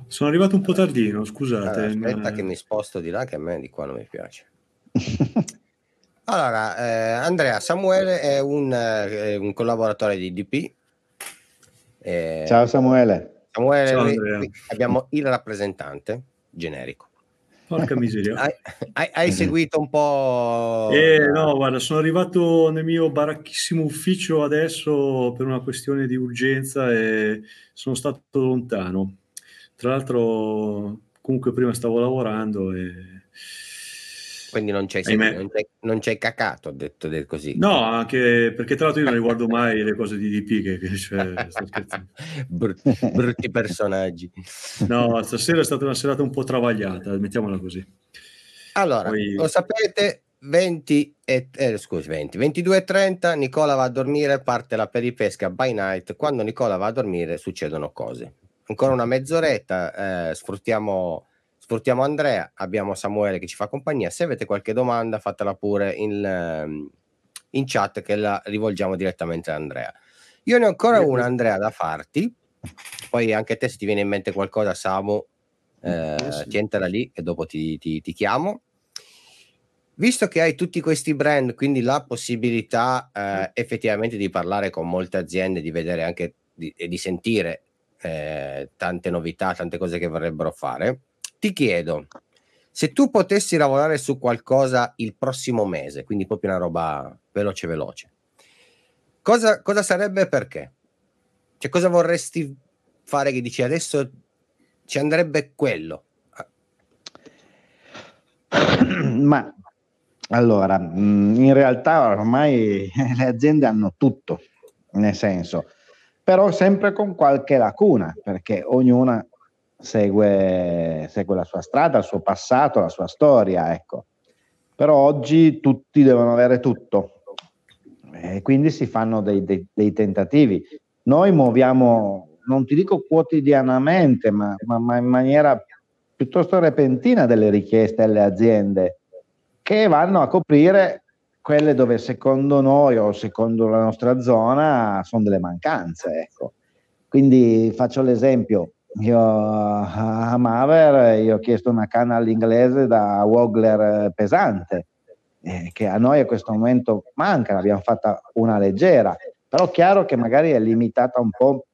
Sono arrivato un po' tardino, scusate. Allora, aspetta che mi sposto di là, che a me di qua non mi piace. Allora, Andrea, Samuele è un collaboratore di DP. Ciao Samuele. Samuele, Ciao, noi Andrea. qui abbiamo il rappresentante generico. Porca miseria. Hai seguito un po'? No, guarda, sono arrivato nel mio baracchissimo ufficio adesso per una questione di urgenza e sono stato lontano. Tra l'altro, comunque prima stavo lavorando e... Quindi non c'hai Ahimè. non c'hai cacato, detto così. No, anche perché tra l'altro io non riguardo mai le cose di DP, cioè, sto scherzando. Brutti personaggi. No, stasera è stata una serata un po' travagliata, mettiamola così. Allora, lo sapete, 22:30 Nicola va a dormire, parte la peripesca by night. Quando Nicola va a dormire succedono cose. Ancora una mezz'oretta, sfruttiamo Andrea, abbiamo Samuele che ci fa compagnia. Se avete qualche domanda fatela pure in chat, che la rivolgiamo direttamente a Andrea. Io ne ho ancora una, Andrea, da farti, poi anche te se ti viene in mente qualcosa, Samu, tientela lì e dopo ti chiamo. Visto che hai tutti questi brand, quindi la possibilità effettivamente di parlare con molte aziende, di vedere anche e di sentire tante novità, tante cose che vorrebbero fare, ti chiedo, se tu potessi lavorare su qualcosa il prossimo mese, quindi proprio una roba veloce, cosa sarebbe e perché? Cioè, cosa vorresti fare che dici adesso ci andrebbe quello? Ma allora, in realtà ormai le aziende hanno tutto, nel senso, però sempre con qualche lacuna, perché ognuna segue la sua strada, il suo passato, la sua storia, ecco. Però oggi tutti devono avere tutto e quindi si fanno dei tentativi. Noi muoviamo, non ti dico quotidianamente, ma in maniera piuttosto repentina delle richieste alle aziende che vanno a coprire quelle dove secondo noi o secondo la nostra zona sono delle mancanze, ecco. Quindi faccio l'esempio, io a Maver io ho chiesto una canna all'inglese da Wogler pesante, che a noi a questo momento manca, ne abbiamo fatta una leggera, però chiaro che magari è limitata un po'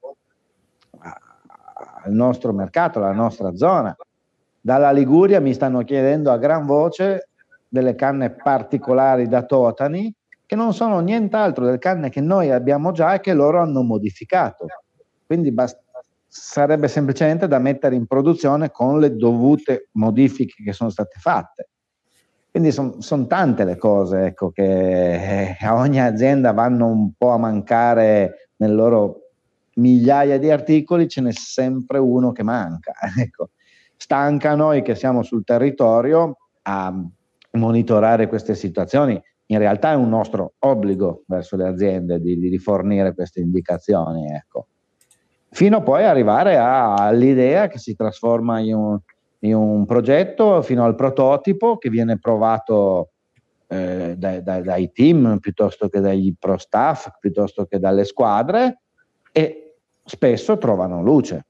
al nostro mercato, alla nostra zona. Dalla Liguria mi stanno chiedendo a gran voce delle canne particolari da Totani, che non sono nient'altro delle canne che noi abbiamo già e che loro hanno modificato. Quindi sarebbe semplicemente da mettere in produzione con le dovute modifiche che sono state fatte. Quindi sono tante le cose, ecco, che a ogni azienda vanno un po' a mancare nel loro migliaia di articoli, ce n'è sempre uno che manca, ecco. Sta anche a noi che siamo sul territorio a monitorare queste situazioni. In realtà è un nostro obbligo verso le aziende di fornire queste indicazioni, ecco. Fino poi arrivare all'idea che si trasforma in un progetto, fino al prototipo che viene provato dai team, piuttosto che dagli pro staff, piuttosto che dalle squadre, e spesso trovano luce.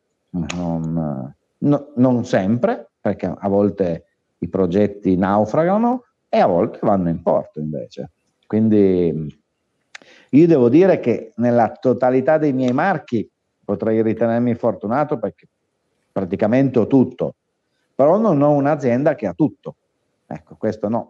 Non sempre, perché a volte i progetti naufragano e a volte vanno in porto invece. Quindi io devo dire che nella totalità dei miei marchi potrei ritenermi fortunato perché praticamente ho tutto, però non ho un'azienda che ha tutto. Ecco, questo no.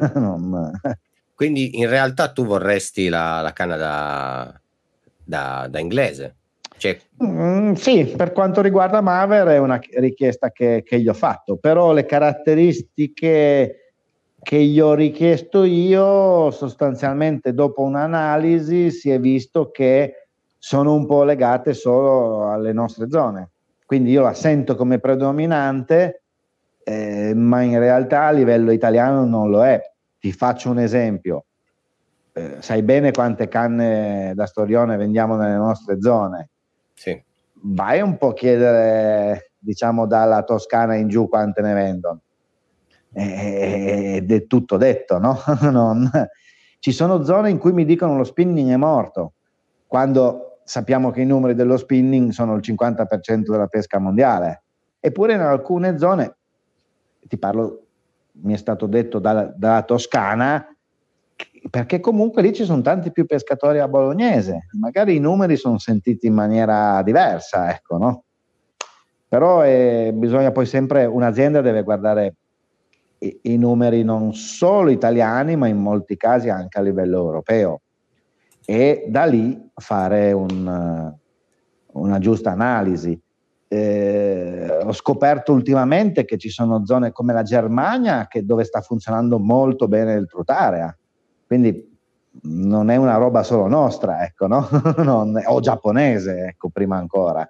Quindi in realtà tu vorresti la canna da inglese? Cioè... sì, per quanto riguarda Maver è una richiesta che gli ho fatto, però le caratteristiche che gli ho richiesto io, sostanzialmente dopo un'analisi si è visto che sono un po' legate solo alle nostre zone. Quindi io la sento come predominante, ma in realtà a livello italiano non lo è. Ti faccio un esempio. Sai bene quante canne da Storione vendiamo nelle nostre zone? Sì. Vai un po' a chiedere, diciamo, dalla Toscana in giù quante ne vendono. Ed è tutto detto, no? Ci sono zone in cui mi dicono lo spinning è morto, quando sappiamo che i numeri dello spinning sono il 50% della pesca mondiale. eppure in alcune zone, ti parlo, mi è stato detto dalla Toscana, perché comunque lì ci sono tanti più pescatori a bolognese, magari i numeri sono sentiti in maniera diversa, ecco, no? Però bisogna poi sempre, un'azienda deve guardare i numeri non solo italiani, ma in molti casi anche a livello europeo, e da lì fare una giusta analisi. Ho scoperto ultimamente che ci sono zone come la Germania dove sta funzionando molto bene il Trutarea, quindi non è una roba solo nostra, ecco, no? O giapponese, ecco, prima ancora.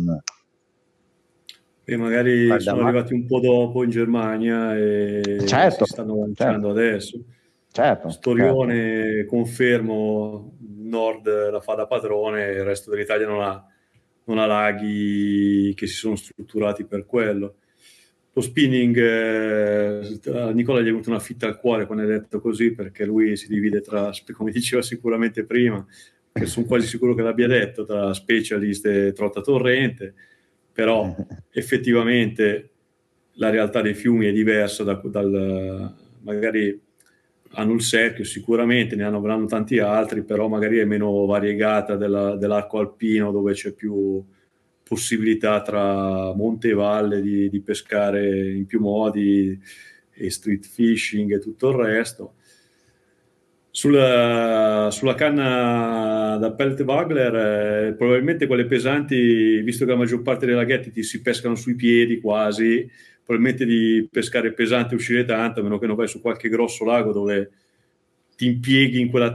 E magari sono arrivati un po' dopo in Germania e certo, si stanno lanciando adesso. Certo. Storione, confermo, Nord la fa da padrone, il resto dell'Italia non ha laghi che si sono strutturati per quello. Lo spinning, a Nicola gli è venuta una fitta al cuore quando hai detto così, perché lui si divide tra, come diceva sicuramente prima, che sono quasi sicuro che l'abbia detto, tra specialist e trotta torrente, però effettivamente la realtà dei fiumi è diversa magari hanno il secchio, sicuramente ne avranno tanti altri, però magari è meno variegata dell'arco alpino, dove c'è più possibilità tra monte e valle di pescare in più modi, e street fishing e tutto il resto. Sulla canna da pellet Wagler, probabilmente quelle pesanti, visto che la maggior parte dei laghetti ti si pescano sui piedi quasi, probabilmente di pescare pesante e uscire tanto, a meno che non vai su qualche grosso lago dove ti impieghi quella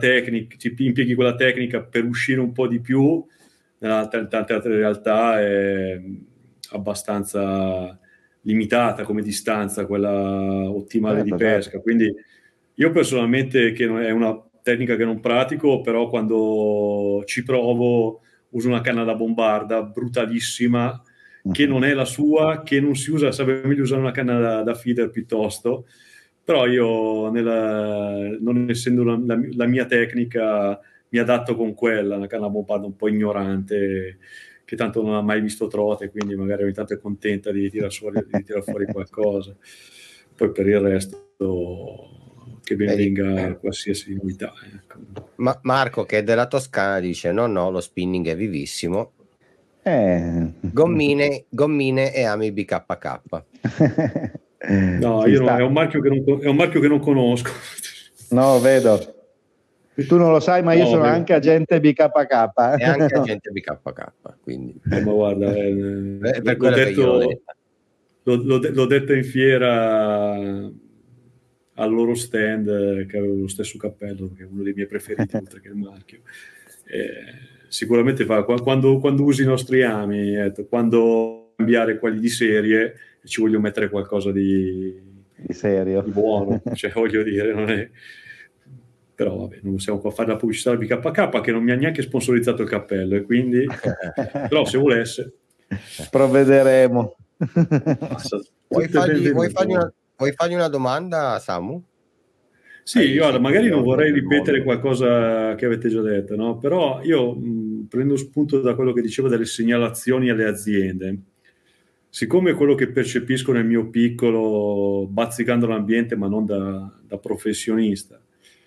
tecnica per uscire un po' di più. In tante altre realtà è abbastanza limitata come distanza, quella ottimale di pesca. Quindi io personalmente, che è una tecnica che non pratico, però quando ci provo uso una canna da bombarda brutalissima, che non è la sua, che non si usa, sarebbe meglio usare una canna da feeder piuttosto, però io non essendo la mia tecnica mi adatto con quella, una canna da bombarda un po' ignorante, che tanto non ha mai visto trote, quindi magari ogni tanto è contenta di tirar fuori qualcosa. Poi per il resto che ben venga qualsiasi novità. Ecco. Marco, che è della Toscana, dice no, lo spinning è vivissimo. Gommine e ami BKK. No, è un marchio che non conosco. No, vedo. Tu non lo sai, ma io sono anche agente BKK. E anche agente BKK, quindi. Ma guarda, per quello che io l'ho detto in fiera al loro stand, che avevo lo stesso cappello, che è uno dei miei preferiti, oltre che il marchio. Sicuramente quando usi i nostri ami, quando cambiare quelli di serie, ci voglio mettere qualcosa di serio, di buono, cioè voglio dire, non è... Però vabbè, non possiamo qua fare la pubblicità del BKK, che non mi ha neanche sponsorizzato il cappello, e quindi però se volesse provvederemo. Vuoi fargli una domanda, Samu? Sì, guarda, magari non vorrei ripetere qualcosa che avete già detto, no? Però io prendo spunto da quello che dicevo delle segnalazioni alle aziende. Siccome quello che percepisco nel mio piccolo, bazzicando l'ambiente, ma non da professionista,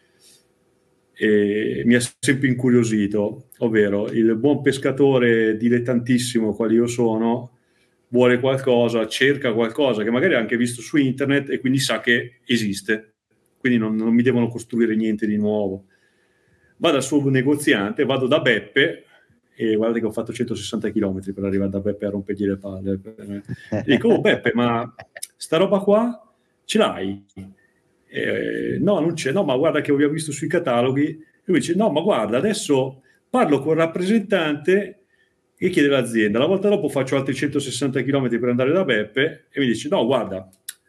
e mi ha sempre incuriosito, ovvero il buon pescatore dilettantissimo quale io sono vuole qualcosa, cerca qualcosa che magari ha anche visto su internet e quindi sa che esiste, quindi non mi devono costruire niente di nuovo. Vado al suo negoziante, vado da Beppe, e guardate che ho fatto 160 km per arrivare da Beppe a rompergli le palle. E dico, oh Beppe, ma sta roba qua ce l'hai? No, non c'è, no, ma guarda che avevo visto sui cataloghi. Lui dice, no, ma guarda, adesso parlo con il rappresentante e chiede l'azienda. La volta dopo faccio altri 160 km per andare da Beppe e mi dice, no, guarda,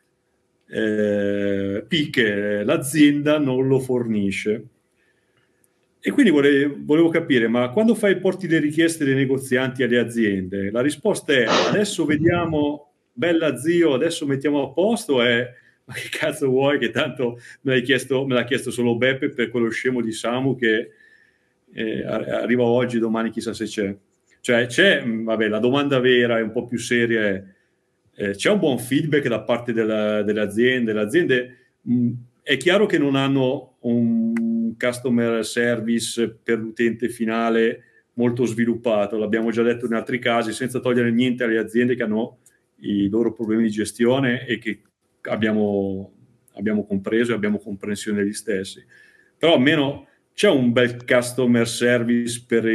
Picche, l'azienda non lo fornisce. E quindi volevo capire, ma quando porti le richieste dei negozianti alle aziende, la risposta è, adesso vediamo, bella zio, adesso mettiamo a posto, ma che cazzo vuoi, che tanto me l'ha chiesto solo Beppe per quello scemo di Samu che arriva oggi, domani chissà se c'è. Cioè vabbè, la domanda vera e un po' più seria è, c'è un buon feedback da parte delle aziende. Le aziende è chiaro che non hanno un customer service per l'utente finale molto sviluppato, l'abbiamo già detto in altri casi, senza togliere niente alle aziende che hanno i loro problemi di gestione e che abbiamo compreso e abbiamo comprensione degli stessi. Però almeno c'è un bel customer service per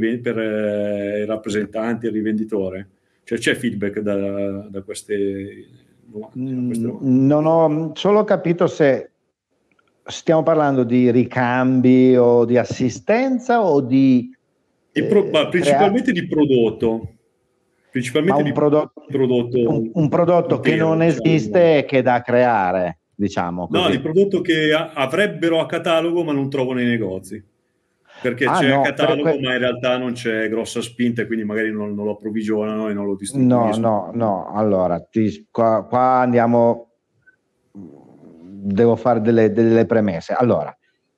i rappresentanti, il rivenditore. Cioè c'è feedback da queste domande? Non ho solo capito se stiamo parlando di ricambi o di assistenza o di principalmente di prodotto. Principalmente un prodotto intero, che non esiste e che è da creare, diciamo così. No, di prodotto che avrebbero a catalogo ma non trovo nei negozi. Perché c'è a catalogo ma in realtà non c'è grossa spinta e quindi magari non lo approvvigionano e non lo distribuiscono. No, allora qua andiamo, devo fare delle premesse. Allora,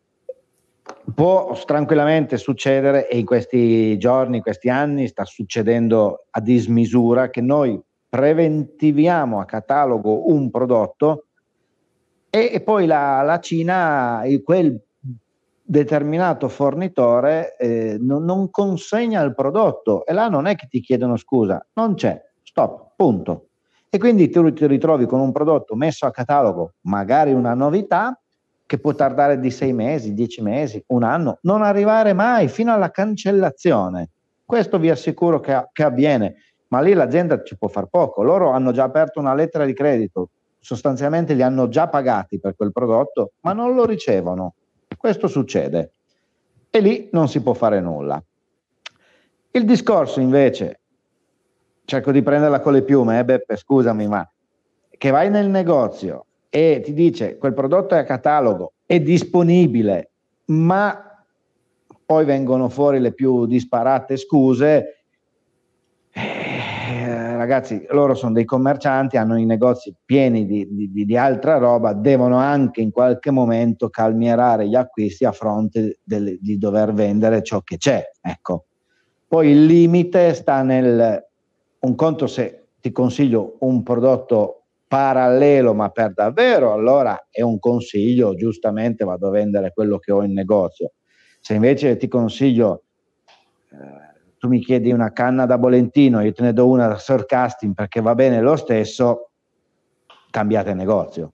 può tranquillamente succedere, e in questi giorni, in questi anni sta succedendo a dismisura, che noi preventiviamo a catalogo un prodotto e poi la Cina, quel determinato fornitore non consegna il prodotto, e là non è che ti chiedono scusa, non c'è, stop, punto. E quindi tu ti ritrovi con un prodotto messo a catalogo, magari una novità, che può tardare di 6 mesi, 10 mesi, un anno, non arrivare mai fino alla cancellazione. Questo vi assicuro che avviene, ma lì l'azienda ci può far poco. Loro hanno già aperto una lettera di credito, sostanzialmente li hanno già pagati per quel prodotto, ma non lo ricevono. Questo succede e lì non si può fare nulla. Il discorso invece, cerco di prenderla con le piume, Beppe, scusami, ma che vai nel negozio e ti dice quel prodotto è a catalogo, è disponibile, ma poi vengono fuori le più disparate scuse. Ragazzi, loro sono dei commercianti, hanno i negozi pieni di altra roba, devono anche in qualche momento calmierare gli acquisti a fronte di dover vendere ciò che c'è, ecco. Poi il limite sta un conto, se ti consiglio un prodotto parallelo ma per davvero, allora è un consiglio, giustamente vado a vendere quello che ho in negozio. Se invece ti consiglio, tu mi chiedi una canna da Bolentino, io te ne do una da Surcasting perché va bene lo stesso, cambiate negozio.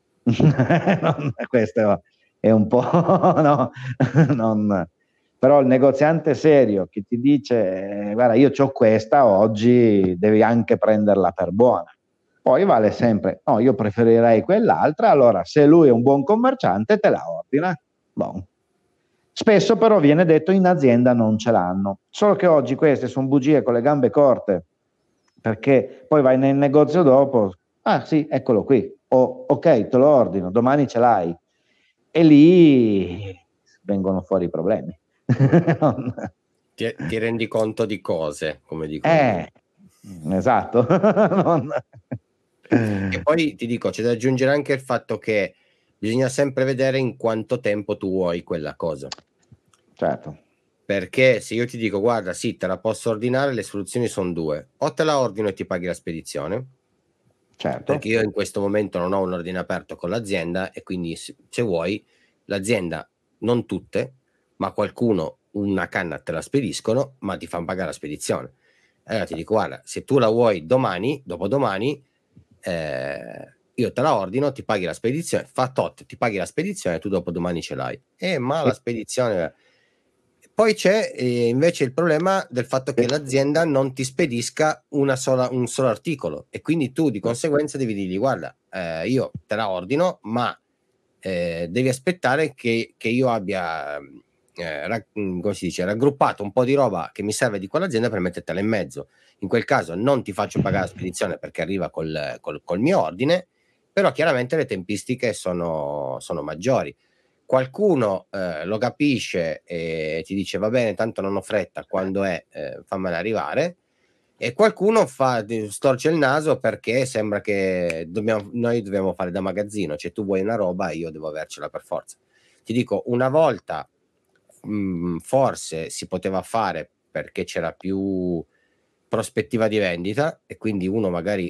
Questo è un po' no, però il negoziante serio che ti dice guarda, io c'ho questa oggi, devi anche prenderla per buona. Poi vale sempre, no, io preferirei quell'altra, allora se lui è un buon commerciante te la ordina. Bon. Spesso però viene detto in azienda non ce l'hanno, solo che oggi queste sono bugie con le gambe corte, perché poi vai nel negozio dopo, ah sì, eccolo qui, ok, te lo ordino, domani ce l'hai, e lì vengono fuori i problemi. Ti rendi conto di cose, come dico. Esatto. E poi ti dico, c'è da aggiungere anche il fatto che bisogna sempre vedere in quanto tempo tu vuoi quella cosa. Certo. Perché se io ti dico guarda sì, te la posso ordinare, le soluzioni sono due: o te la ordino e ti paghi la spedizione, certo, perché io in questo momento non ho un ordine aperto con l'azienda e quindi se vuoi l'azienda, non tutte, ma qualcuno una canna te la spediscono ma ti fanno pagare la spedizione. Allora ti dico guarda, se tu la vuoi domani, dopodomani, io te la ordino, ti paghi la spedizione, fa tot, ti paghi la spedizione e tu dopodomani ce l'hai. Ma la spedizione... Poi c'è invece il problema del fatto che l'azienda non ti spedisca un solo articolo e quindi tu di conseguenza devi dirgli guarda, io te la ordino, ma devi aspettare che io abbia come si dice, raggruppato un po' di roba che mi serve di quell'azienda per mettertela in mezzo. In quel caso non ti faccio pagare la spedizione perché arriva col mio ordine, però chiaramente le tempistiche sono maggiori. Qualcuno lo capisce e ti dice va bene, tanto non ho fretta, quando è fammela arrivare, e qualcuno storce il naso perché sembra che noi dobbiamo fare da magazzino, cioè tu vuoi una roba io devo avercela per forza. Ti dico, una volta forse si poteva fare perché c'era più prospettiva di vendita e quindi uno magari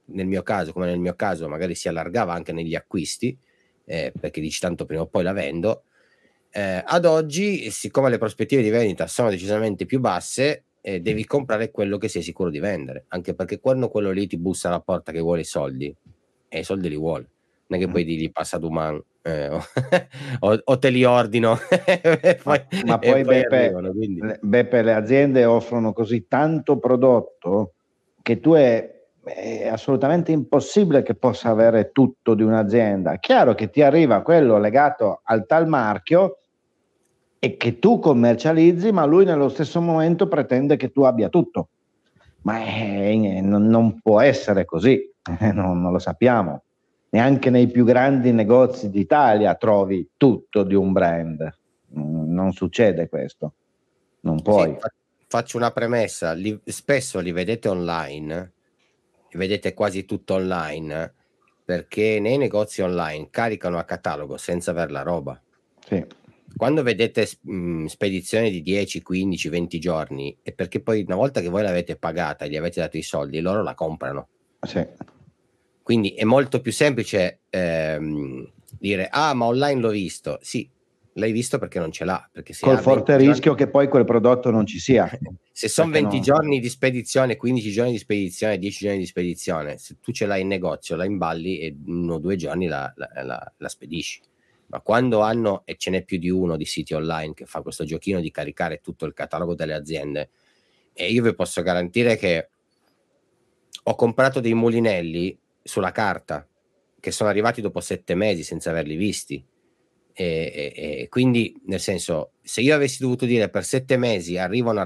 nel mio caso, come nel mio caso, magari si allargava anche negli acquisti, perché dici tanto prima o poi la vendo. Ad oggi, siccome le prospettive di vendita sono decisamente più basse, devi comprare quello che sei sicuro di vendere, anche perché quando quello lì ti bussa alla porta che vuole i soldi, e i soldi li vuole, non è che poi digli passa domani, o te li ordino ma poi arrivano, quindi. Beppe, le aziende offrono così tanto prodotto che tu è assolutamente impossibile che possa avere tutto di un'azienda. Chiaro che ti arriva quello legato al tal marchio e che tu commercializzi, ma lui nello stesso momento pretende che tu abbia tutto. Ma non può essere così, non lo sappiamo. Neanche nei più grandi negozi d'Italia trovi tutto di un brand. Non succede questo. Non puoi. Sì, faccio una premessa, spesso li vedete online, vedete quasi tutto online, perché nei negozi online caricano a catalogo senza aver la roba. Sì. Quando vedete spedizioni di 10, 15, 20 giorni, è perché poi una volta che voi l'avete pagata e gli avete dato i soldi, loro la comprano. Sì. Quindi è molto più semplice dire ma online l'ho visto. Sì, l'hai visto perché non ce l'ha, perché se col forte rischio che poi quel prodotto non ci sia. Se sono 20 giorni di spedizione, 15 giorni di spedizione, 10 giorni di spedizione, se tu ce l'hai in negozio, la imballi e 1 o 2 giorni la spedisci. Ma quando hanno, e ce n'è più di uno di siti online che fa questo giochino di caricare tutto il catalogo delle aziende, e io vi posso garantire che ho comprato dei mulinelli sulla carta che sono arrivati dopo 7 mesi senza averli visti, e quindi, nel senso, se io avessi dovuto dire per 7 mesi arrivano,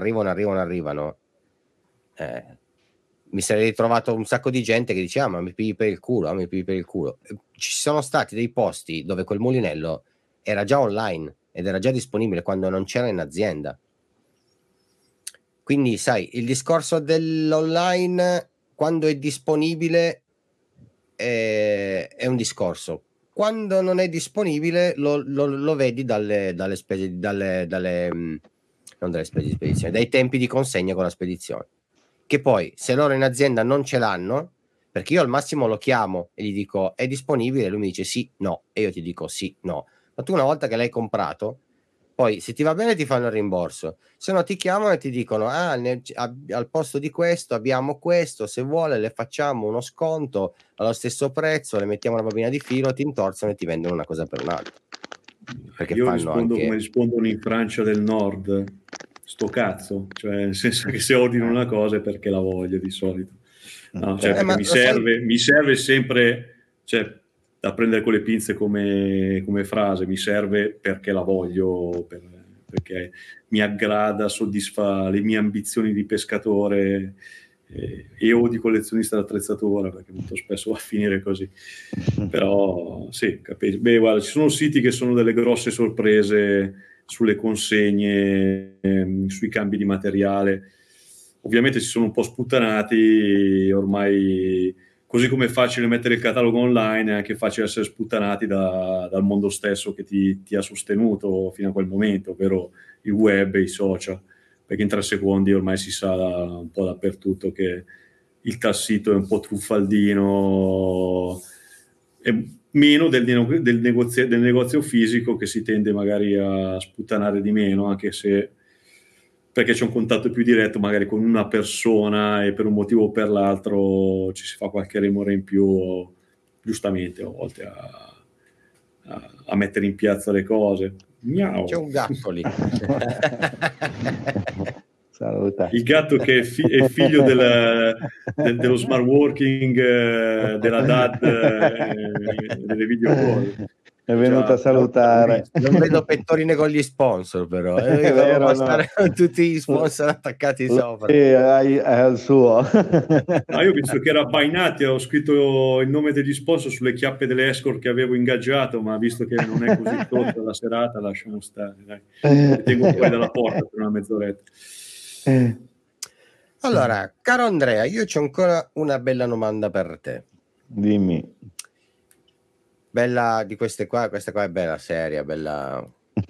mi sarei ritrovato un sacco di gente che dice ma mi pigli per il culo, Ci sono stati dei posti dove quel mulinello era già online ed era già disponibile quando non c'era in azienda. Quindi sai, il discorso dell'online quando è disponibile è un discorso, quando non è disponibile lo vedi dalle spese, non dalle spese di spedizione, dai tempi di consegna con la spedizione, che poi se loro in azienda non ce l'hanno, perché io al massimo lo chiamo e gli dico è disponibile, lui mi dice sì, no, e io ti dico sì, no, ma tu una volta che l'hai comprato, poi se ti va bene ti fanno il rimborso, se no ti chiamano e ti dicono al posto di questo abbiamo questo, se vuole le facciamo uno sconto allo stesso prezzo, le mettiamo una bobina di filo, ti intorzano e ti vendono una cosa per un'altra. Perché io fanno rispondo anche... come rispondono in Francia del Nord, sto cazzo, cioè nel senso che se ordino una cosa è perché la voglio di solito, no, cioè perché mi serve sempre, cioè da prendere con le pinze come frase, mi serve perché la voglio, perché mi aggrada, soddisfa le mie ambizioni di pescatore e o di collezionista d'attrezzatura, perché molto spesso va a finire così. Però sì, capisci. Beh, guarda, ci sono siti che sono delle grosse sorprese sulle consegne, sui cambi di materiale. Ovviamente si sono un po' sputtanati ormai. Così come è facile mettere il catalogo online, è anche facile essere sputtanati dal mondo stesso che ti ha sostenuto fino a quel momento, ovvero il web e i social, perché in 3 secondi ormai si sa un po' dappertutto che il tal sito è un po' truffaldino, e meno del negozio fisico, che si tende magari a sputtanare di meno, anche se perché c'è un contatto più diretto magari con una persona e per un motivo o per l'altro ci si fa qualche remore in più, giustamente a volte a mettere in piazza le cose. Miau. C'è un gatto lì. Saluta. Il gatto che è figlio dello smart working, della DAD, delle video call. È venuto a salutare. Non vedo pettorine con gli sponsor, però È vero, passare con tutti gli sponsor attaccati sopra. È al suo. No, io ho visto che era Bainati, ho scritto il nome degli sponsor sulle chiappe delle escort che avevo ingaggiato, ma visto che non è così tutta la serata, lasciamo stare, dai. Le tengo fuori dalla porta per una mezz'oretta. Allora, caro Andrea, io c'ho ancora una bella domanda per te. Dimmi. Bella di questa qua è bella seria, bella.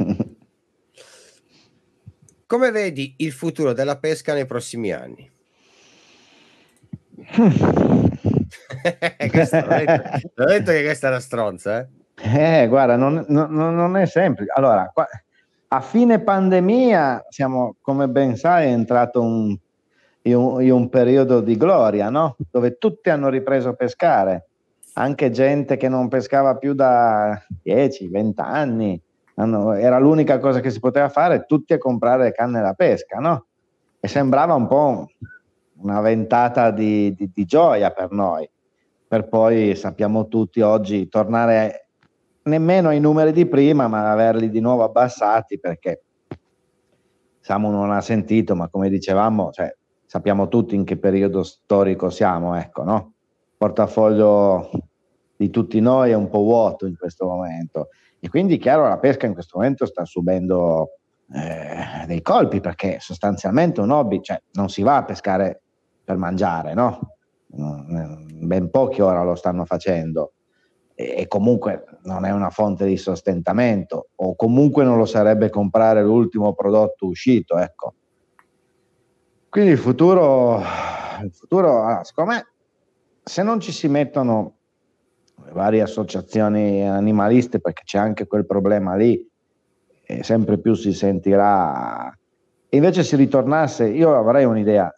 Come vedi il futuro della pesca nei prossimi anni? L'ho detto che questa è una stronza, Guarda, non è semplice. Allora, a fine pandemia siamo, come ben sai, è entrato in un periodo di gloria, no? Dove tutti hanno ripreso a pescare, anche gente che non pescava più da 10-20 anni. Era l'unica cosa che si poteva fare, tutti a comprare canne da pesca, no? E sembrava un po' una ventata di gioia per noi, per poi, sappiamo tutti oggi, tornare nemmeno ai numeri di prima, ma averli di nuovo abbassati, perché Samu non ha sentito, ma come dicevamo, cioè, sappiamo tutti in che periodo storico siamo, ecco, no? Il portafoglio di tutti noi è un po' vuoto in questo momento, e quindi chiaro la pesca in questo momento sta subendo dei colpi, perché sostanzialmente un hobby, cioè non si va a pescare per mangiare, no? Ben pochi ora lo stanno facendo, e comunque non è una fonte di sostentamento, o comunque non lo sarebbe comprare l'ultimo prodotto uscito, ecco. Quindi il futuro, secondo me, se non ci si mettono le varie associazioni animaliste, perché c'è anche quel problema lì, e sempre più si sentirà, e invece si ritornasse, io avrei un'idea,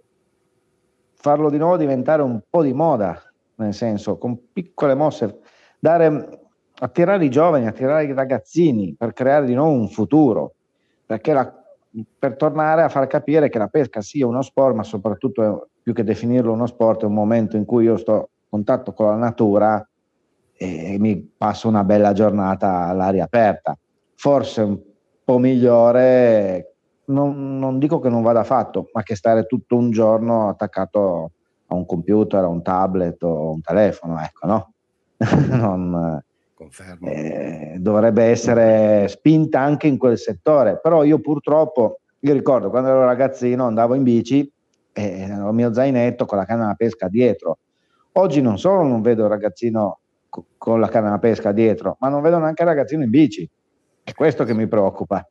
farlo di nuovo diventare un po' di moda, nel senso, con piccole mosse, attirare i giovani, attirare i ragazzini, per creare di nuovo un futuro, perché per tornare a far capire che la pesca sia uno sport, ma soprattutto, più che definirlo uno sport, è un momento in cui io sto a contatto con la natura e mi passo una bella giornata all'aria aperta. Forse un po' migliore, non dico che non vada fatto, ma che stare tutto un giorno attaccato a un computer, a un tablet o a un telefono, ecco, no? Confermo. Dovrebbe essere spinta anche in quel settore, però io ricordo quando ero ragazzino andavo in bici e avevo il mio zainetto con la canna da pesca dietro. Oggi non solo non vedo il ragazzino con la canna da pesca dietro, ma non vedo neanche il ragazzino in bici. È questo che mi preoccupa.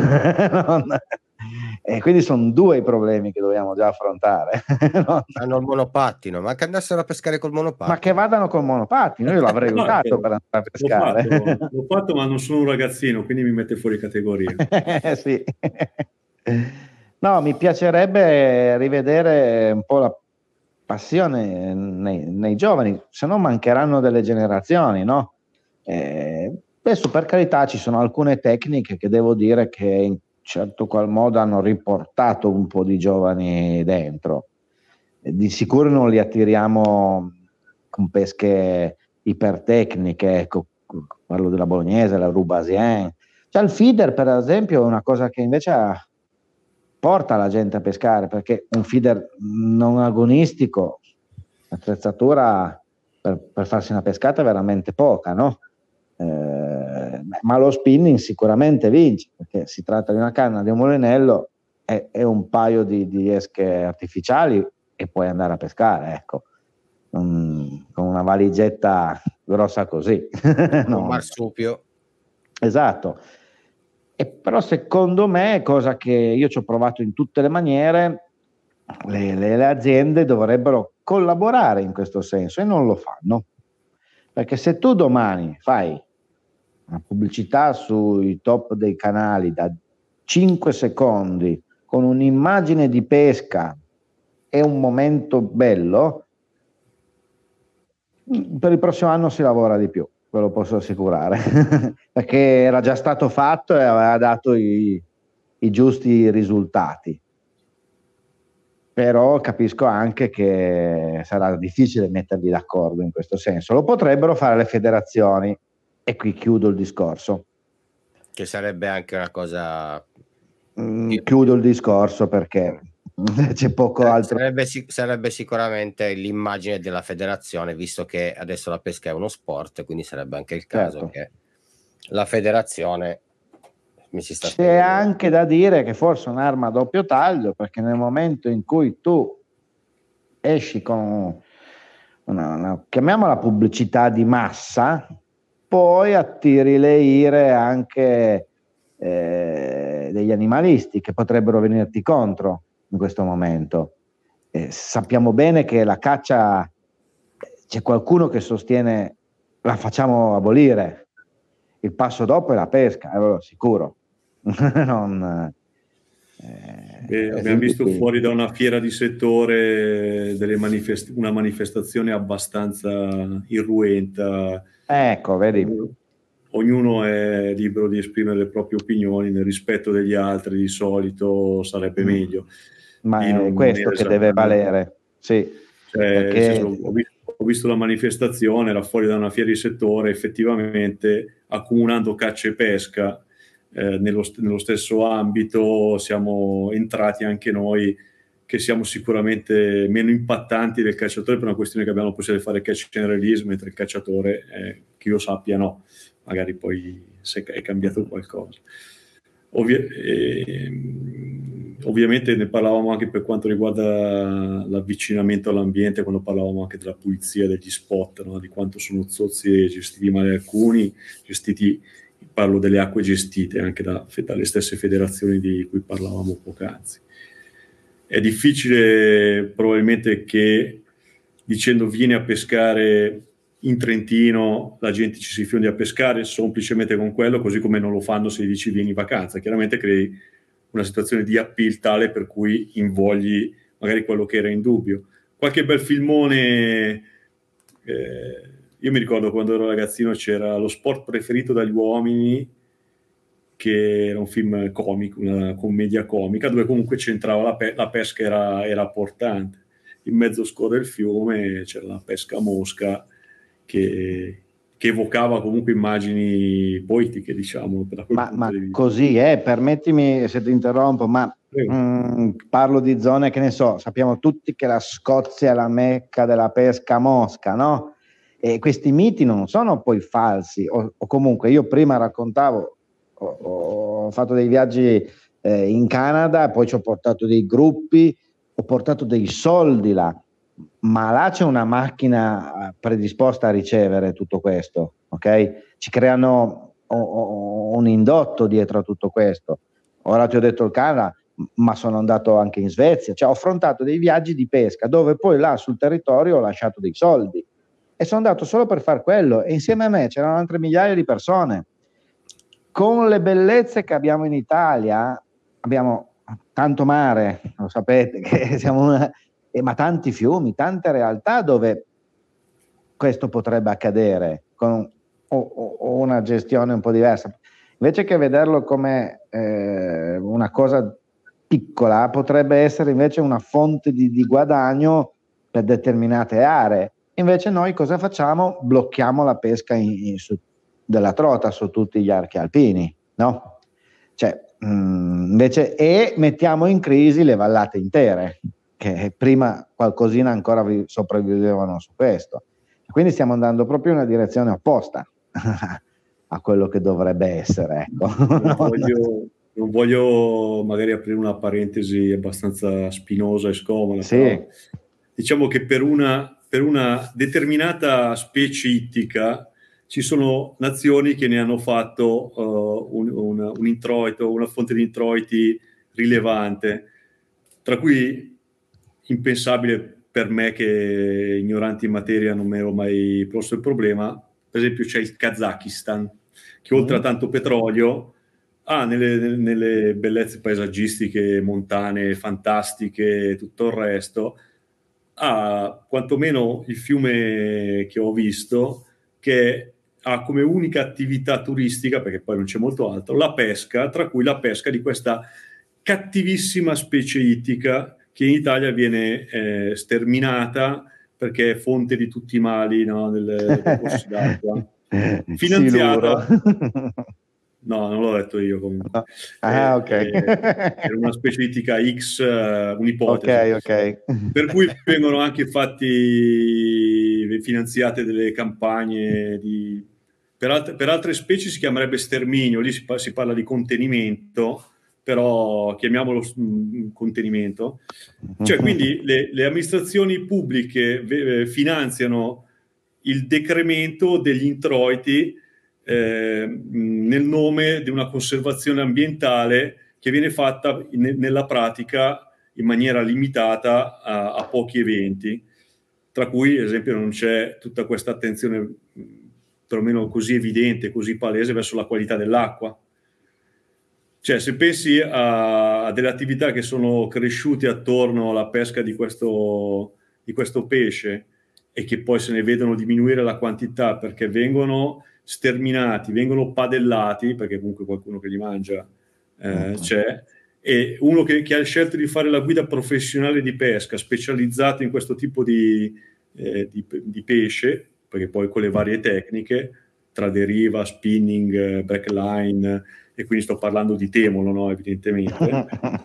E quindi sono due i problemi che dobbiamo già affrontare. Hanno il monopattino, ma che andassero a pescare col monopattino. Ma che vadano col monopattino, io l'avrei usato per andare a pescare. L'ho fatto, ma non sono un ragazzino, quindi mi mette fuori categoria. Sì. No, mi piacerebbe rivedere un po' la passione nei giovani, se no mancheranno delle generazioni, no? Adesso, per carità, ci sono alcune tecniche che devo dire che in certo qual modo hanno riportato un po' di giovani dentro. Di sicuro non li attiriamo con pesche ipertecniche, ecco, parlo della bolognese, la Roubaisien. Cioè, il feeder, per esempio, è una cosa che invece porta la gente a pescare, perché un feeder non agonistico, l'attrezzatura per farsi una pescata è veramente poca, no? Ma lo spinning sicuramente vince, perché si tratta di una canna di un mulinello e un paio di esche artificiali e puoi andare a pescare, ecco, con una valigetta grossa così. Un marsupio. Esatto. E però secondo me, cosa che io ci ho provato in tutte le maniere, le aziende dovrebbero collaborare in questo senso, e non lo fanno. Perché se tu domani fai una pubblicità sui top dei canali da 5 secondi con un'immagine di pesca e un momento bello, per il prossimo anno si lavora di più, ve lo posso assicurare, perché era già stato fatto e aveva dato i giusti risultati. Però capisco anche che sarà difficile metterli d'accordo in questo senso. Lo potrebbero fare le federazioni, e qui chiudo il discorso. Che sarebbe anche una cosa... Chiudo il discorso perché c'è poco altro. Sarebbe sicuramente l'immagine della federazione, visto che adesso la pesca è uno sport, quindi sarebbe anche il caso che la federazione C'è anche da dire che forse è un'arma a doppio taglio, perché nel momento in cui tu esci con chiamiamola pubblicità di massa, poi attiri le ire anche degli animalisti che potrebbero venirti contro in questo momento. Sappiamo bene che la caccia c'è qualcuno che sostiene la facciamo abolire, il passo dopo è la pesca, sicuro. Non, abbiamo visto fuori da una fiera di settore una manifestazione abbastanza irruenta. Ecco, vedi. Ognuno è libero di esprimere le proprie opinioni nel rispetto degli altri, di solito sarebbe meglio. Ma è questo che deve valere, sì. Cioè, perché... nel senso, ho visto la manifestazione, era fuori da una fiera di settore, effettivamente accomunando caccia e pesca nello stesso ambito siamo entrati anche noi, che siamo sicuramente meno impattanti del cacciatore per una questione che abbiamo la possibilità di fare catch and release, mentre il cacciatore, che io sappia, no. Magari poi se è cambiato qualcosa. Ovviamente ne parlavamo anche per quanto riguarda l'avvicinamento all'ambiente, quando parlavamo anche della pulizia degli spot, no? Di quanto sono zozzi e gestiti male alcuni, parlo delle acque gestite anche dalle stesse federazioni di cui parlavamo poc'anzi. È difficile probabilmente che dicendo vieni a pescare in Trentino la gente ci si fiondi a pescare semplicemente con quello, così come non lo fanno se gli dici vieni in vacanza. Chiaramente crei una situazione di appeal tale per cui invogli magari quello che era in dubbio. Qualche bel filmone, io mi ricordo quando ero ragazzino c'era Lo sport preferito dagli uomini, che era un film comico, una commedia comica, dove comunque c'entrava la pesca, era portante. In mezzo scorre il fiume, c'era la pesca a mosca, che evocava comunque immagini poetiche, diciamo. Ma così è, permettimi se ti interrompo, ma parlo di zone che ne so, sappiamo tutti che la Scozia è la mecca della pesca a mosca, no? E questi miti non sono poi falsi, o comunque io prima raccontavo, ho fatto dei viaggi in Canada, poi ci ho portato dei gruppi, ho portato dei soldi là, ma là c'è una macchina predisposta a ricevere tutto questo, ok? Ci creano un indotto dietro a tutto questo. Ora ti ho detto il Canada, ma sono andato anche in Svezia, cioè ho affrontato dei viaggi di pesca dove poi là sul territorio ho lasciato dei soldi e sono andato solo per far quello, e insieme a me c'erano altre migliaia di persone. Con le bellezze che abbiamo in Italia, abbiamo tanto mare, lo sapete, che siamo ma tanti fiumi, tante realtà dove questo potrebbe accadere con una gestione un po' diversa. Invece che vederlo come una cosa piccola, potrebbe essere invece una fonte di guadagno per determinate aree. Invece noi cosa facciamo? Blocchiamo la pesca della trota su tutti gli archi alpini, no? Cioè, invece, e mettiamo in crisi le vallate intere, che prima qualcosina ancora sopravvivevano su questo. Quindi stiamo andando proprio in una direzione opposta a quello che dovrebbe essere. Ecco. Non voglio magari aprire una parentesi abbastanza spinosa e scomoda, sì. Però diciamo che per una determinata specie ittica ci sono nazioni che ne hanno fatto un introito, una fonte di introiti rilevante, tra cui impensabile per me, che ignorante in materia non mi ero mai posto il problema. Per esempio c'è il Kazakistan, che oltre a tanto petrolio ha nelle bellezze paesaggistiche, montane, fantastiche e tutto il resto, ha quantomeno il fiume che ho visto, che ha come unica attività turistica, perché poi non c'è molto altro, la pesca, tra cui la pesca di questa cattivissima specie ittica che in Italia viene sterminata perché è fonte di tutti i mali, no, dei corsi d'acqua, finanziata. No, non l'ho detto io comunque. Ok. Era una specie ittica X, un'ipotesi. Ok. Per cui vengono anche finanziate delle campagne per altre specie si chiamerebbe sterminio, lì si parla di contenimento, però chiamiamolo contenimento. Cioè, quindi le amministrazioni pubbliche finanziano il decremento degli introiti nel nome di una conservazione ambientale che viene fatta nella pratica in maniera limitata a pochi eventi. tra cui ad esempio non c'è tutta questa attenzione perlomeno così evidente, così palese verso la qualità dell'acqua. Cioè, se pensi a delle attività che sono cresciute attorno alla pesca di questo pesce e che poi se ne vedono diminuire la quantità perché vengono sterminati, vengono padellati, perché comunque qualcuno che li mangia c'è, e uno che ha scelto di fare la guida professionale di pesca, specializzato in questo tipo di pesce, perché poi con le varie tecniche, tra deriva, spinning, backline, e quindi sto parlando di temolo, no? Evidentemente.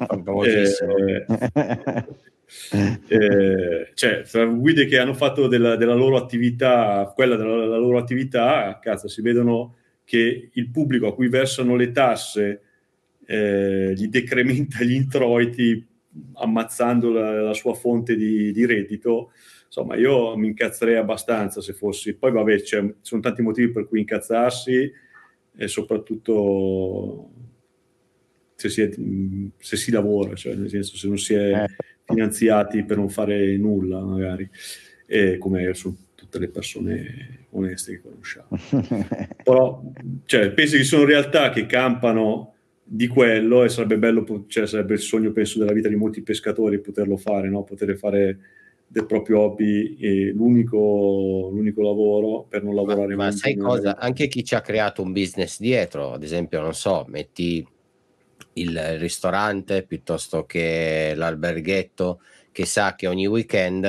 Cioè, tra guide che hanno fatto della loro attività, quella della loro attività, cazzo, si vedono che il pubblico a cui versano le tasse gli decrementa gli introiti ammazzando la sua fonte di reddito. Insomma, io mi incazzerei abbastanza se fossi. Poi vabbè, ci sono tanti motivi per cui incazzarsi, e soprattutto se si lavora, cioè nel senso se non si è finanziati per non fare nulla magari, come su tutte le persone oneste che conosciamo. Però cioè, penso che ci sono realtà che campano di quello, e sarebbe bello, cioè sarebbe il sogno penso della vita di molti pescatori poterlo fare, no? Poter fare del proprio hobby l'unico lavoro, per non lavorare ma sai cosa? Anche chi ci ha creato un business dietro, ad esempio, non so, metti il ristorante piuttosto che l'alberghetto, che sa che ogni weekend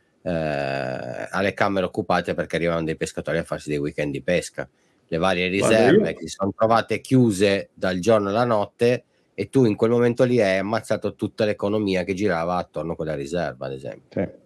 ha le camere occupate perché arrivano dei pescatori a farsi dei weekend di pesca. Le varie riserve che si sono trovate chiuse dal giorno alla notte, e tu in quel momento lì hai ammazzato tutta l'economia che girava attorno a quella riserva, ad esempio. Sì.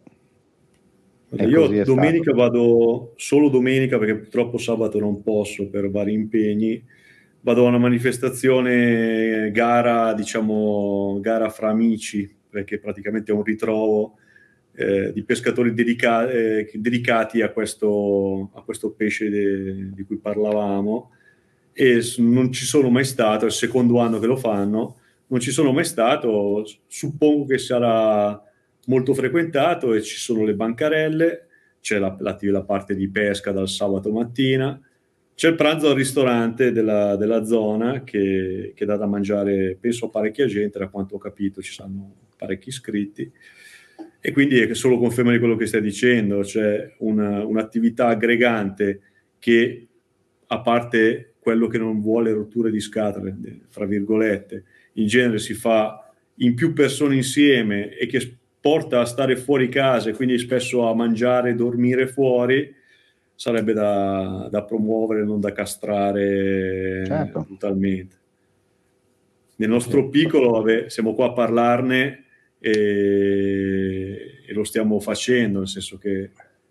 Io domenica vado solo domenica, perché purtroppo sabato non posso per vari impegni. Vado a una manifestazione, gara fra amici, perché praticamente è un ritrovo di pescatori dedicati a questo pesce di cui parlavamo, e non ci sono mai stato, è il secondo anno che lo fanno, non ci sono mai stato, suppongo che sarà molto frequentato, e ci sono le bancarelle, c'è la parte di pesca dal sabato mattina, c'è il pranzo al ristorante della zona che dà da mangiare, penso, a parecchia gente, da quanto ho capito ci saranno parecchi iscritti, e quindi è solo conferma di quello che stai dicendo, cioè un'attività aggregante che, a parte quello che non vuole rotture di scatole, fra virgolette, in genere si fa in più persone insieme e che porta a stare fuori casa e quindi spesso a mangiare e dormire fuori, sarebbe da promuovere, non da castrare totalmente. Nel nostro piccolo, vabbè, siamo qua a parlarne e lo stiamo facendo, nel senso che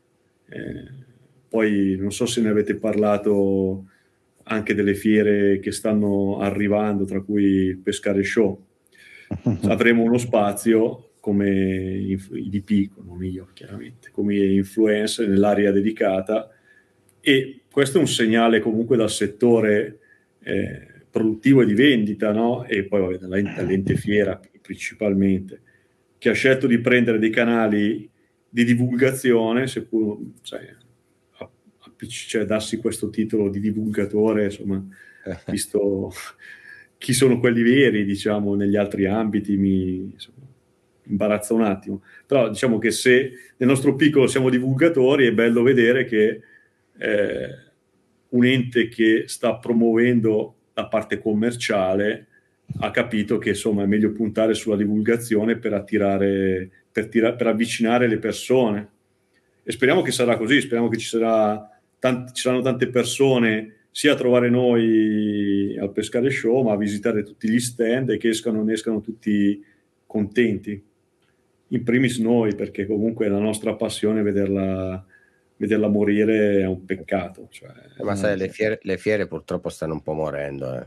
poi non so se ne avete parlato anche delle fiere che stanno arrivando, tra cui il Pescare Show. Avremo uno spazio come IDP, non io chiaramente, come influencer nell'area dedicata, e questo è un segnale comunque dal settore produttivo e di vendita, no? E poi vabbè, dall'ente fiera principalmente, che ha scelto di prendere dei canali di divulgazione, seppur cioè, darsi questo titolo di divulgatore, insomma, visto chi sono quelli veri, diciamo, negli altri ambiti, mi imbarazza un attimo. Però diciamo che se nel nostro piccolo siamo divulgatori, è bello vedere che un ente che sta promuovendo la parte commerciale ha capito che insomma è meglio puntare sulla divulgazione per attirare, per avvicinare le persone, e speriamo che sarà così, speriamo che ci saranno tante persone sia a trovare noi al Pescare Show, ma a visitare tutti gli stand, e che ne escano tutti contenti, in primis noi, perché comunque la nostra passione, vederla morire è un peccato, cioè, ma sai, le fiere purtroppo stanno un po' morendo,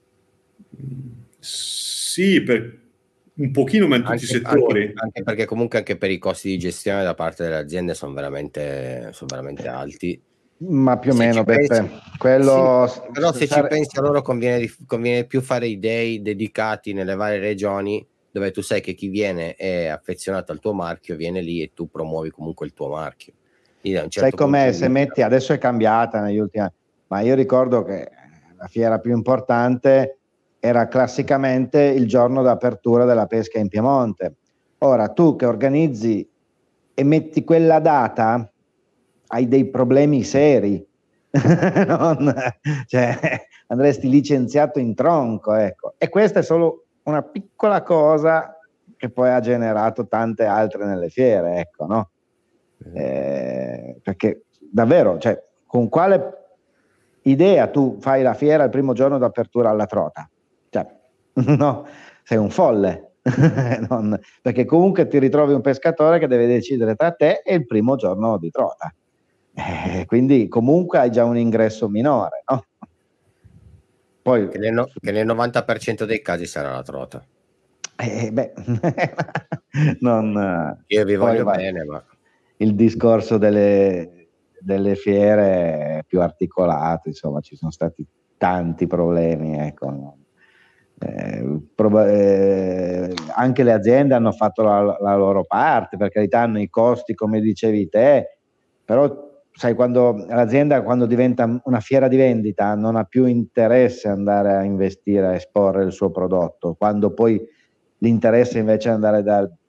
Sì, per un pochino, ma in tutti i settori. Anche perché comunque anche per i costi di gestione da parte delle aziende sono veramente alti. Ma più o meno, Beppe, quello sì, però se ci pensi, a loro conviene più fare i day dedicati nelle varie regioni, dove tu sai che chi viene è affezionato al tuo marchio, viene lì e tu promuovi comunque il tuo marchio. Sai com'è, se metti, adesso è cambiata negli ultimi anni, ma io ricordo che la fiera più importante era classicamente il giorno d'apertura della pesca in Piemonte. Ora tu che organizzi e metti quella data, hai dei problemi seri. Cioè, andresti licenziato in tronco, ecco. E questa è solo una piccola cosa che poi ha generato tante altre nelle fiere, ecco, no? Perché davvero, cioè, con quale idea tu fai la fiera il primo giorno d'apertura alla trota? Cioè, no, sei un folle. Perché comunque ti ritrovi un pescatore che deve decidere tra te e il primo giorno di trota. Quindi comunque hai già un ingresso minore, no? Poi, che nel 90% dei casi sarà la trota. Io vi voglio bene, ma il discorso delle fiere è più articolato, insomma, ci sono stati tanti problemi, ecco. Anche le aziende hanno fatto la loro parte, per carità, hanno i costi, come dicevi te, però sai, quando l'azienda, quando diventa una fiera di vendita, non ha più interesse andare a investire, a esporre il suo prodotto, quando poi l'interesse invece è andare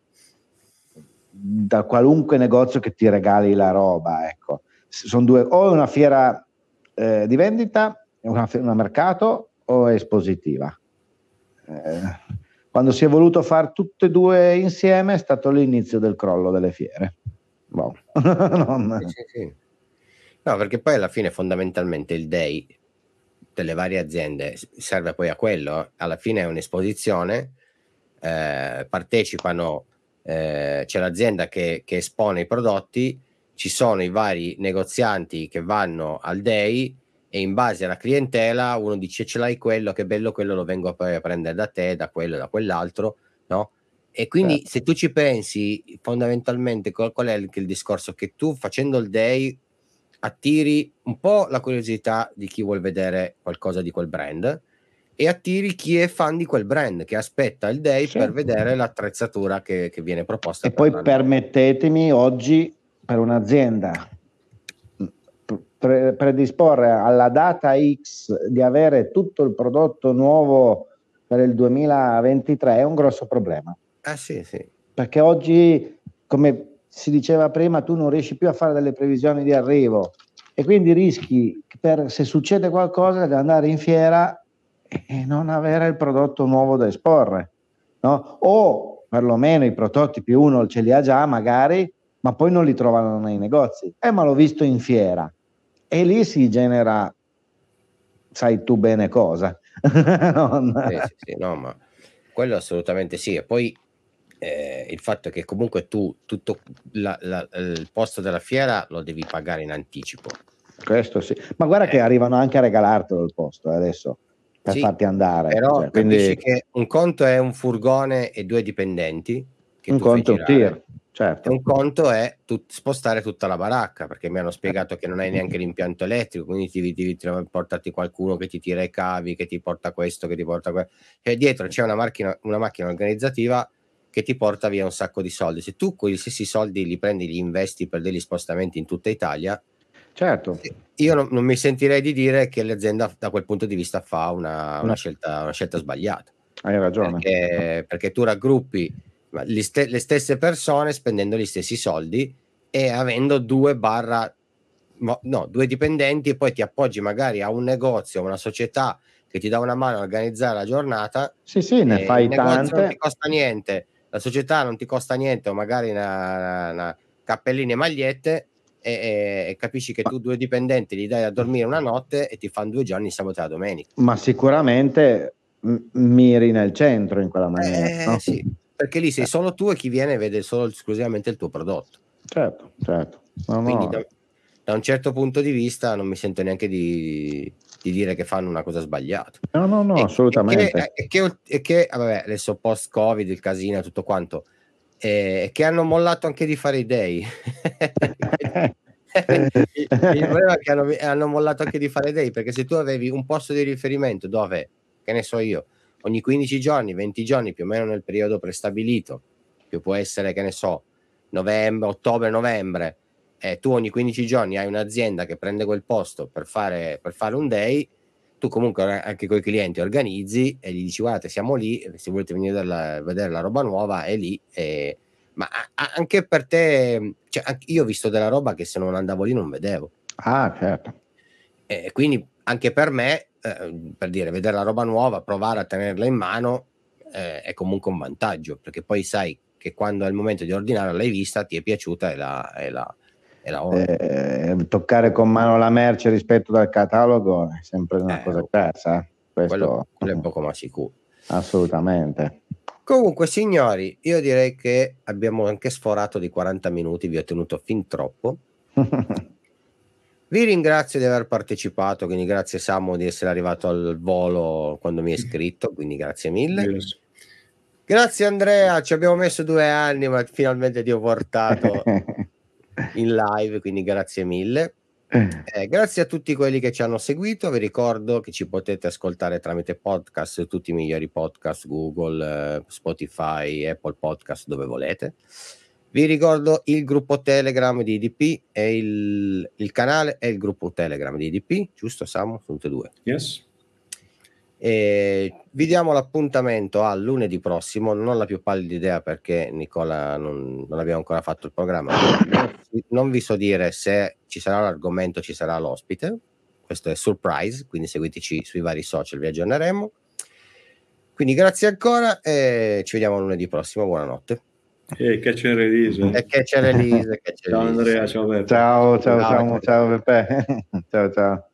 da qualunque negozio che ti regali la roba, ecco. Sono due, o è una fiera di vendita, una mercato, o è espositiva. Quando si è voluto fare tutte e due insieme è stato l'inizio del crollo delle fiere. Boh. Sì. No, perché poi alla fine fondamentalmente il day delle varie aziende serve poi a quello. Alla fine è un'esposizione, partecipano, c'è l'azienda che espone i prodotti, ci sono i vari negozianti che vanno al day e in base alla clientela uno dice ce l'hai quello, che bello, quello lo vengo poi a prendere da te, da quello, da quell'altro, no? E quindi se tu ci pensi, fondamentalmente qual è il discorso? Che tu facendo il day attiri un po' la curiosità di chi vuol vedere qualcosa di quel brand e attiri chi è fan di quel brand, che aspetta il day per vedere l'attrezzatura che viene proposta. E poi permettetemi, oggi per un'azienda predisporre alla data X di avere tutto il prodotto nuovo per il 2023 è un grosso problema. Sì. Perché oggi, come si diceva prima, tu non riesci più a fare delle previsioni di arrivo e quindi rischi, se succede qualcosa, di andare in fiera e non avere il prodotto nuovo da esporre, no? O perlomeno i prototipi uno ce li ha già magari, ma poi non li trovano nei negozi. Ma l'ho visto in fiera. E lì si genera, sai tu bene cosa. Sì, no, ma quello assolutamente sì. E poi il fatto è che comunque tu tutto il posto della fiera lo devi pagare in anticipo. Questo sì, ma guarda che arrivano anche a regalartelo il posto adesso per farti andare. Però cioè, capisci che un conto è un furgone e 2 dipendenti che un tu conto fai girare, tir, certo. e un conto è spostare tutta la baracca, perché mi hanno spiegato che non hai neanche l'impianto elettrico, quindi devi portarti qualcuno che ti tira i cavi, che ti porta questo, che ti porta quello, e dietro c'è una macchina organizzativa che ti porta via un sacco di soldi. Se tu quegli stessi soldi li prendi, li investi per degli spostamenti in tutta Italia, certo, io non mi sentirei di dire che l'azienda da quel punto di vista fa una scelta sbagliata. Hai ragione. Perché tu raggruppi le stesse persone spendendo gli stessi soldi e avendo due dipendenti, e poi ti appoggi magari a un negozio, a una società che ti dà una mano a organizzare la giornata. Sì, ne fai il negozio tante. non ti costa niente, la società non ti costa niente, o magari una cappellini e magliette, e capisci che tu 2 dipendenti li dai a dormire una notte e ti fanno 2 giorni, sabato e la domenica. Ma sicuramente miri nel centro in quella maniera, no? Sì, perché lì sei solo tu e chi viene vede solo esclusivamente il tuo prodotto. Certo. Quindi da un certo punto di vista non mi sento neanche di dire che fanno una cosa sbagliata. No, assolutamente. E che vabbè, adesso post-Covid, il casino, tutto quanto, che hanno mollato anche di fare i day. Il problema è che hanno mollato anche di fare day, perché se tu avevi un posto di riferimento dove, che ne so io, ogni 15 giorni, 20 giorni più o meno nel periodo prestabilito, che può essere, che ne so, novembre, ottobre, novembre, e tu ogni 15 giorni hai un'azienda che prende quel posto per fare un day, tu comunque anche con i clienti organizzi e gli dici guardate siamo lì, se volete venire a vedere la roba nuova è lì, ma anche per te, cioè, io ho visto della roba che se non andavo lì non vedevo. Ah, certo. Quindi anche per me, per dire, vedere la roba nuova, provare a tenerla in mano è comunque un vantaggio, perché poi sai che quando è il momento di ordinare l'hai vista, ti è piaciuta e la toccare con mano la merce rispetto al catalogo è sempre una cosa diversa. Quello è poco ma sicuro. Assolutamente. Comunque signori, io direi che abbiamo anche sforato di 40 minuti, vi ho tenuto fin troppo. Vi ringrazio di aver partecipato, quindi grazie Samu di essere arrivato al volo quando mi hai scritto, quindi grazie mille. Yes. Grazie Andrea, ci abbiamo messo 2 anni ma finalmente ti ho portato in live, quindi grazie mille. Grazie a tutti quelli che ci hanno seguito, vi ricordo che ci potete ascoltare tramite podcast, tutti i migliori podcast, Google, Spotify, Apple Podcast, dove volete. Vi ricordo il gruppo Telegram di IDP e il canale e il gruppo Telegram di IDP, giusto Samu? Sono tutte e due. Yes. Vi diamo l'appuntamento a lunedì prossimo, non ho la più pallida idea perché Nicola non abbiamo ancora fatto il programma, non vi so dire se ci sarà l'argomento, ci sarà l'ospite, questo è surprise, quindi seguiteci sui vari social, vi aggiorneremo. Quindi grazie ancora e ci vediamo lunedì prossimo, buonanotte. E catch and release. Ciao Andrea, ciao Beppe. Ciao Beppe. Ciao.